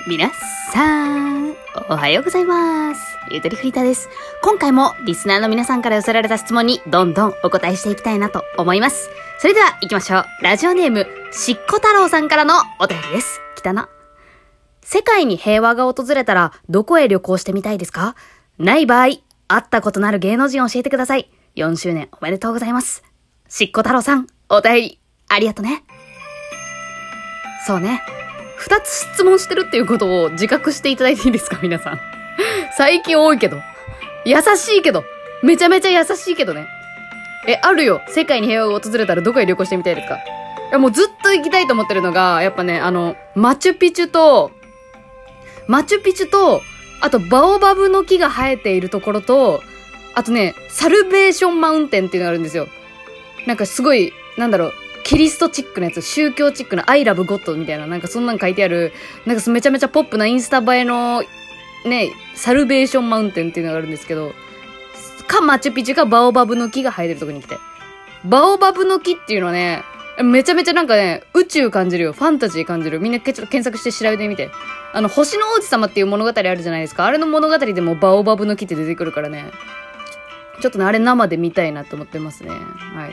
皆さん、おはようございます。ゆとりフリーターです。今回もリスナーの皆さんから寄せられた質問にどんどんお答えしていきたいなと思います。それでは行きましょう。ラジオネーム、しっこ太郎さんからのお便りです。来たな。世界に平和が訪れたらどこへ旅行してみたいですか？ない場合、会ったことのある芸能人を教えてください。4周年おめでとうございます。しっこ太郎さん、お便りありがとね。そうね。2つ質問してるっていうことを自覚していただいていいですか、皆さん。最近多いけど。優しいけど。めちゃめちゃ優しいけどね。あるよ。世界に平和が訪れたらどこへ旅行してみたいですか？いや、もうずっと行きたいと思ってるのが、やっぱね、マチュピチュと、あと、バオバブの木が生えているところと、あとね、サルベーションマウンテンっていうのがあるんですよ。なんかすごい、キリストチックなやつ、宗教チックな I love God みたいな、なんかそんなん書いてある、なんかめちゃめちゃポップなインスタ映えの、ね、サルベーションマウンテンっていうのがあるんですけど、マチュピチュかバオバブの木が生えてるとこに来て。バオバブの木っていうのはね、めちゃめちゃなんかね、宇宙感じるよ。ファンタジー感じる。みんなちょっと検索して調べてみて。星の王子様っていう物語あるじゃないですか。あれの物語でもバオバブの木って出てくるからね。ちょっとね、あれ生で見たいなって思ってますね。はい。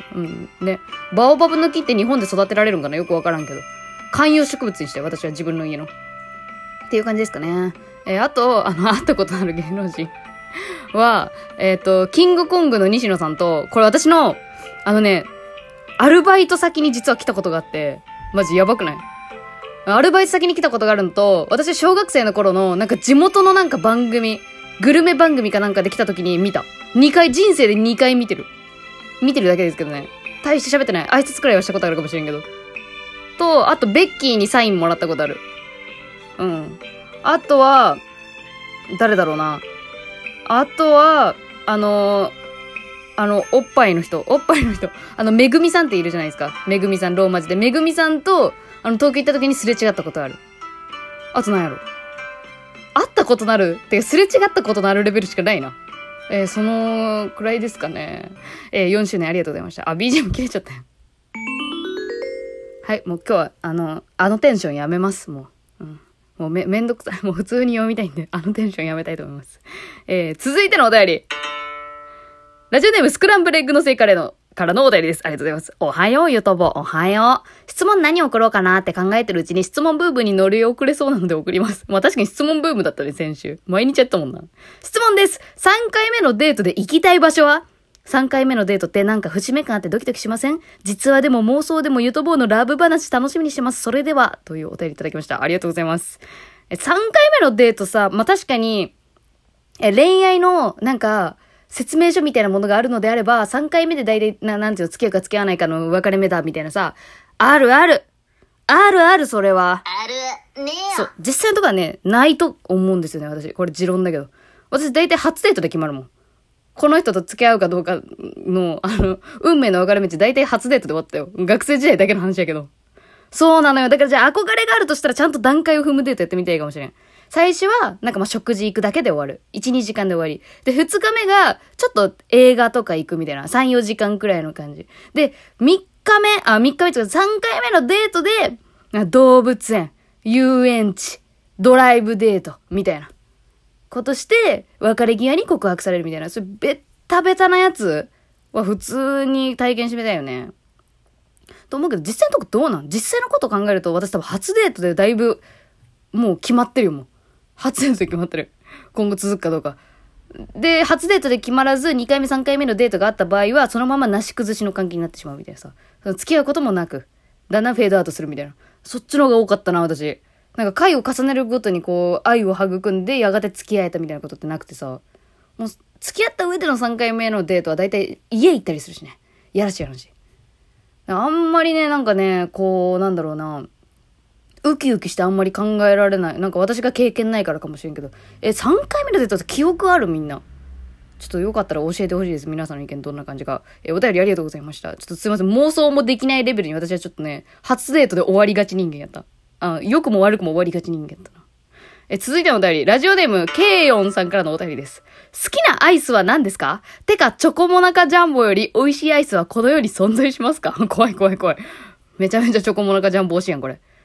うん。で、バオバブの木って日本で育てられるんかな？よくわからんけど。観葉植物にして、私は自分の家の。っていう感じですかね。あと、会ったことある芸能人は、キングコングの西野さんと、これ私の、アルバイト先に実は来たことがあって、マジやばくない？アルバイト先に来たことがあるのと、私小学生の頃の、なんか地元のなんか番組、グルメ番組かなんかで来た時に見た。人生で2回見てる。見てるだけですけどね。大して喋ってない。挨拶くらいはしたことあるかもしれんけど。と、あと、ベッキーにサインもらったことある。うん。あとは、誰だろうな。あとは、おっぱいの人。めぐみさんっているじゃないですか。めぐみさん、ローマ字で。めぐみさんと、東京行った時にすれ違ったことある。あとなんやろ。会ったことなるってすれ違ったことのあるレベルしかないな。そのくらいですかね。4周年ありがとうございました。BGM 切れちゃったよ。はい、もう今日は、テンションやめます、もう。うん。もうめんどくさい。もう普通に読みたいんで、テンションやめたいと思います。続いてのお便り。ラジオネームスクランブルエッグの聖カレーからのお便りです。ありがとうございます。おはよう、ゆとぼ。おはよう。質問何送ろうかなって考えてるうちに質問ブームに乗り遅れそうなので送ります。まあ確かに質問ブームだったね、先週。毎日やったもんな。質問です。3回目のデートで行きたい場所は？ 3 回目のデートってなんか節目感あってドキドキしません？実話でも妄想でもゆとぼうのラブ話楽しみにしてます。それでは、というお便りいただきました。ありがとうございます。3回目のデートさ、まあ確かに、恋愛のなんか、説明書みたいなものがあるのであれば、3回目で大体、なんていうの、付き合うか付き合わないかの分かれ目だ、みたいなさ。ある、それは。 ある、ねえ。 そう。実際のとこはね、ないと思うんですよね、私。これ持論だけど。私大体初デートで決まるもん。この人と付き合うかどうかの、運命の分かれ道、大体初デートで終わったよ。学生時代だけの話やけど。そうなのよ。だからじゃあ憧れがあるとしたらちゃんと段階を踏むデートやってみたいかもしれん。最初は、なんか食事行くだけで終わる。1、2時間で終わり。で、2日目が、ちょっと映画とか行くみたいな。3、4時間くらいの感じ。で、3日目とか3回目のデートで、動物園、遊園地、ドライブデート、みたいなことして、別れ際に告白されるみたいな。それ、ベッタベタなやつは普通に体験してみたいよね。と思うけど、実際のとこどうなん？実際のことを考えると、私多分初デートでだいぶ、もう決まってるよ、もう。初デートで決まってる。今後続くかどうか。で、初デートで決まらず、2回目、3回目のデートがあった場合は、そのままなし崩しの関係になってしまうみたいなさ。付き合うこともなく、だんだんフェードアウトするみたいな。そっちの方が多かったな、私。なんか回を重ねるごとに愛を育んで、やがて付き合えたみたいなことってなくてさ。もう、付き合った上での3回目のデートはだいたい家行ったりするしね。やらしい話。あんまりね、なんかね、なんだろうな。ウキウキしてあんまり考えられない。なんか私が経験ないからかもしれんけど。3回目のデートって記憶あるみんな。ちょっとよかったら教えてほしいです。皆さんの意見どんな感じか。お便りありがとうございました。ちょっとすいません。妄想もできないレベルに私はちょっとね、初デートで終わりがち人間やった。良くも悪くも終わりがち人間やったな。続いてのお便り。ラジオネーム、ケイヨンさんからのお便りです。好きなアイスは何ですか？てか、チョコモナカジャンボより美味しいアイスはこの世に存在しますか？怖い。めちゃめちゃチョコモナカジャンボ推しやん、これ。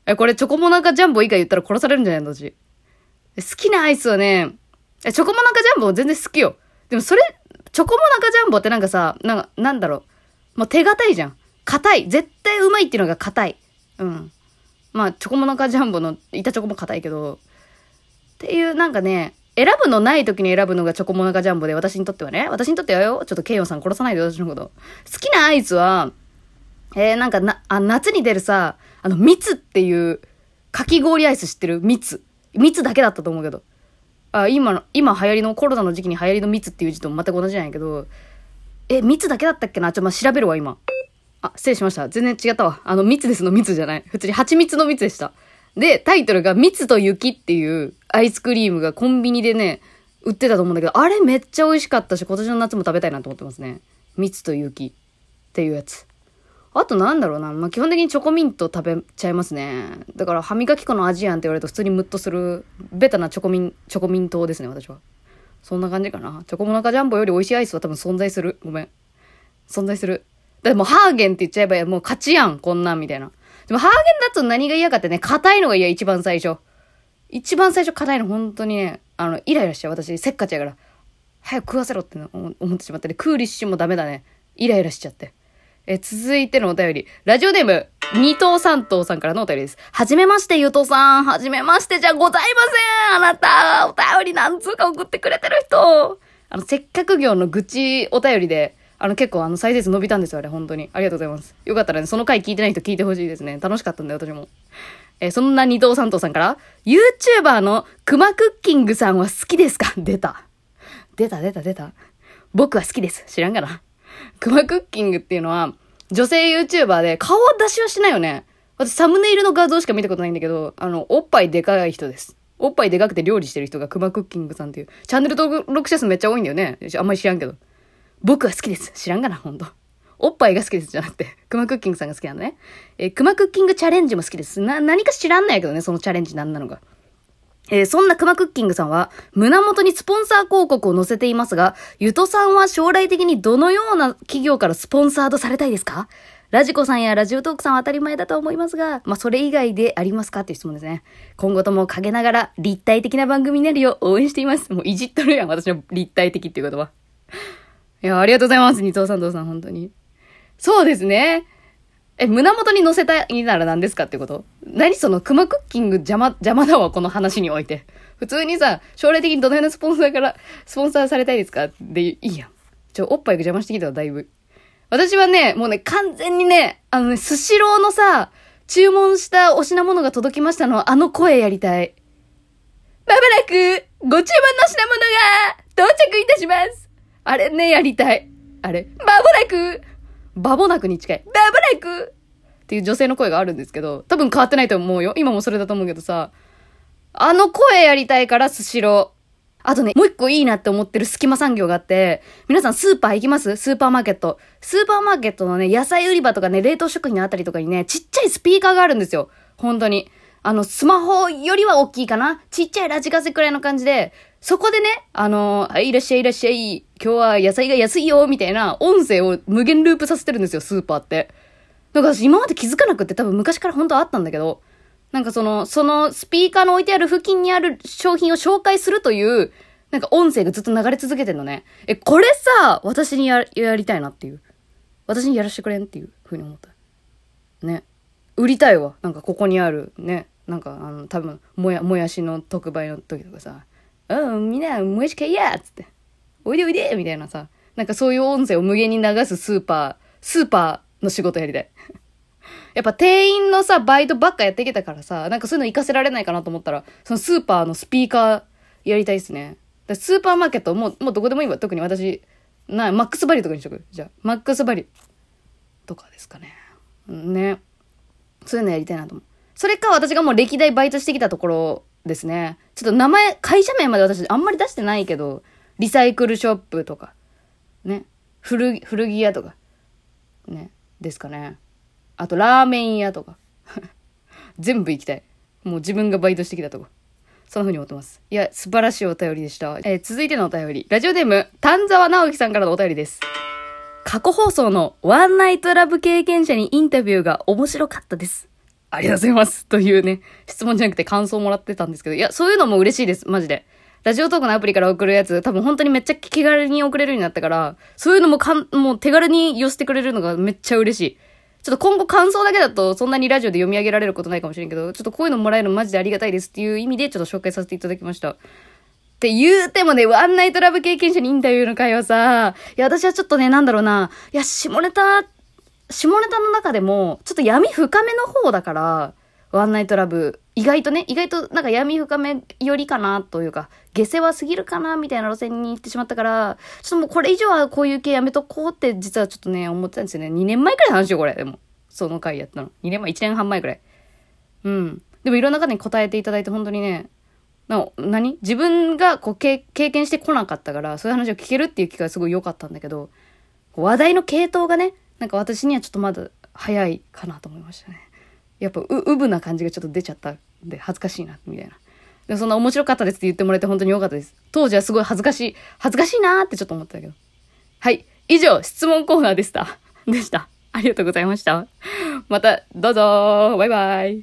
これチョコモナカジャンボ以外言ったら殺されるんじゃないの私。好きなアイスはね、チョコモナカジャンボ全然好きよ。でもそれ、チョコモナカジャンボってなんかさ、なんだろう。もう手堅いじゃん。硬い。絶対うまいっていうのが硬い。うん。まあ、チョコモナカジャンボの板チョコも硬いけど、っていうなんかね、選ぶのない時に選ぶのがチョコモナカジャンボで、私にとってはよ、ちょっとケイヨンさん殺さないで私のこと。好きなアイスは、なんか夏に出るさ、蜜っていうかき氷アイス知ってる？蜜だけだったと思うけど。今流行りの、コロナの時期に流行りの蜜っていう字と全く同じなんやけど、蜜だけだったっけな？調べるわ、今。失礼しました。全然違ったわ。蜜ですの蜜じゃない。普通に蜂蜜の蜜でした。で、タイトルが蜜と雪っていうアイスクリームがコンビニでね、売ってたと思うんだけど、あれめっちゃ美味しかったし、今年の夏も食べたいなと思ってますね。蜜と雪っていうやつ。あとなんだろうな。まあ、基本的にチョコミント食べちゃいますね。だから歯磨き粉の味やんって言われると普通にムッとする、ベタなチョコミントですね、私は。そんな感じかな。チョコモナカジャンボより美味しいアイスは多分存在する。ごめん。存在する。でもハーゲンって言っちゃえばもう勝ちやん、こんなんみたいな。でもハーゲンだと何が嫌かってね、硬いのが嫌、一番最初。一番最初硬いの本当にね、イライラしちゃう。私、せっかちやから。早く食わせろって思ってしまってね。クーリッシュもダメだね。イライラしちゃって。続いてのお便り。ラジオネーム、二頭三頭さんからのお便りです。はじめまして、ゆとさん。はじめましてじゃございません。あなた、お便り何通か送ってくれてる人。せっかく業の愚痴お便りで、結構再生数伸びたんですよ、あれ、本当に。ありがとうございます。よかったらね、その回聞いてない人聞いてほしいですね。楽しかったんで、私も。そんな二頭三頭さんから、YouTuber のクマクッキングさんは好きですか？出た。僕は好きです。知らんがな。クマクッキングっていうのは、女性 YouTuber で、顔出しはしないよね。私、サムネイルの画像しか見たことないんだけど、おっぱいでかい人です。おっぱいでかくて料理してる人がクマクッキングさんっていう。チャンネル登録者数めっちゃ多いんだよね。あんまり知らんけど。僕は好きです。知らんがな、ほんと。おっぱいが好きですじゃなくて、クマクッキングさんが好きなのね。クマクッキングチャレンジも好きです。何か知らんないけどね、そのチャレンジなんなのが。そんなクマクッキングさんは、胸元にスポンサー広告を載せていますが、ゆとさんは将来的にどのような企業からスポンサードされたいですか？ラジコさんやラジオトークさんは当たり前だと思いますが、まあ、それ以外でありますかっていう質問ですね。今後とも陰ながら立体的な番組になるよう応援しています。もういじっとるやん、私の立体的っていう言葉。いや、ありがとうございます、二頭さん、本当に。そうですね。胸元に載せたいなら何ですかってこと？何そのクマクッキング邪魔だわ、この話において。普通にさ、将来的にどの辺のスポンサーからスポンサーされたいですかでいいやん。おっぱいが邪魔してきたわ、だいぶ。私はね、もうね、完全にね、スシローのさ、注文したお品物が届きましたの、声やりたい。まもなく、ご注文の品物が到着いたします。あれね、やりたい。あれ、バボなくに近い。バボなくっていう女性の声があるんですけど、多分変わってないと思うよ。今もそれだと思うけどさ、声やりたいからスシロー。あとね、もう一個いいなって思ってる隙間産業があって、皆さんスーパー行きます？スーパーマーケット。スーパーマーケットのね、野菜売り場とかね、冷凍食品のあたりとかにね、ちっちゃいスピーカーがあるんですよ。本当に。スマホよりは大きいかな？ちっちゃいラジカセくらいの感じで、そこでね、いらっしゃいいらっしゃい。今日は野菜が安いよ、みたいな音声を無限ループさせてるんですよ、スーパーって。だから私今まで気づかなくって多分昔から本当はあったんだけど、なんかそのスピーカーの置いてある付近にある商品を紹介するという、なんか音声がずっと流れ続けてんのね。これさ、私にやりたいなっていう。私にやらせてくれんっていう風に思った。ね。売りたいわ。なんかここにある、ね。なんか多分、もやしの特売の時とかさ、みんな、もやし買いやつって。おいでみたいなさ。なんかそういう音声を無限に流すスーパーの仕事やりたい。やっぱ店員のさ、バイトばっかやってきたからさ、なんかそういうの活かせられないかなと思ったら、そのスーパーのスピーカーやりたいっすね。スーパーマーケット、もうどこでもいいわ。特に私、マックスバリューとかにしとく。じゃあ、マックスバリューとかですかね。ね。そういうのやりたいなと思う。それか私がもう歴代バイトしてきたところですね。ちょっと会社名まで私あんまり出してないけど、リサイクルショップとか、ね。古着屋とか、ね。ですかね。あと、ラーメン屋とか。全部行きたい。もう自分がバイトしてきたとこ。そんな風に思ってます。いや、素晴らしいお便りでした。続いてのお便り。ラジオネーム、丹沢直樹さんからのお便りです。過去放送のワンナイトラブ経験者にインタビューが面白かったです。 ありがとうございます。というね、質問じゃなくて感想もらってたんですけど、いや、そういうのも嬉しいです。マジで。ラジオトークのアプリから送るやつ、多分本当にめっちゃ気軽に送れるようになったから、そういうのももう手軽に寄せてくれるのがめっちゃ嬉しい。ちょっと今後感想だけだとそんなにラジオで読み上げられることないかもしれんけど、ちょっとこういうのもらえるのマジでありがたいですっていう意味でちょっと紹介させていただきました。って言うてもね、ワンナイトラブ経験者にインタビューの会はさ、いや、私はちょっとね、なんだろうな、いや、下ネタの中でも、ちょっと闇深めの方だから、ワンナイトラブ、意外となんか闇深めよりかなというか、下世話すぎるかなみたいな路線に行ってしまったから、ちょっともうこれ以上はこういう系やめとこうって実はちょっとね、思ってたんですよね。2年前くらいの話よ、これ。でも、その回やったの。2年前、1年半前くらい。うん。でもいろんな方に答えていただいて本当にね、自分がこう経験してこなかったから、そういう話を聞けるっていう機会がすごい良かったんだけど、話題の系統がね、なんか私にはちょっとまだ早いかなと思いましたね。やっぱうぶな感じがちょっと出ちゃったんで恥ずかしいなみたいな。でもそんな面白かったですって言ってもらえて本当に良かったです。当時はすごい恥ずかしいなーってちょっと思ってたけど。はい。以上、質問コーナーでした。ありがとうございました。また、どうぞバイバイ。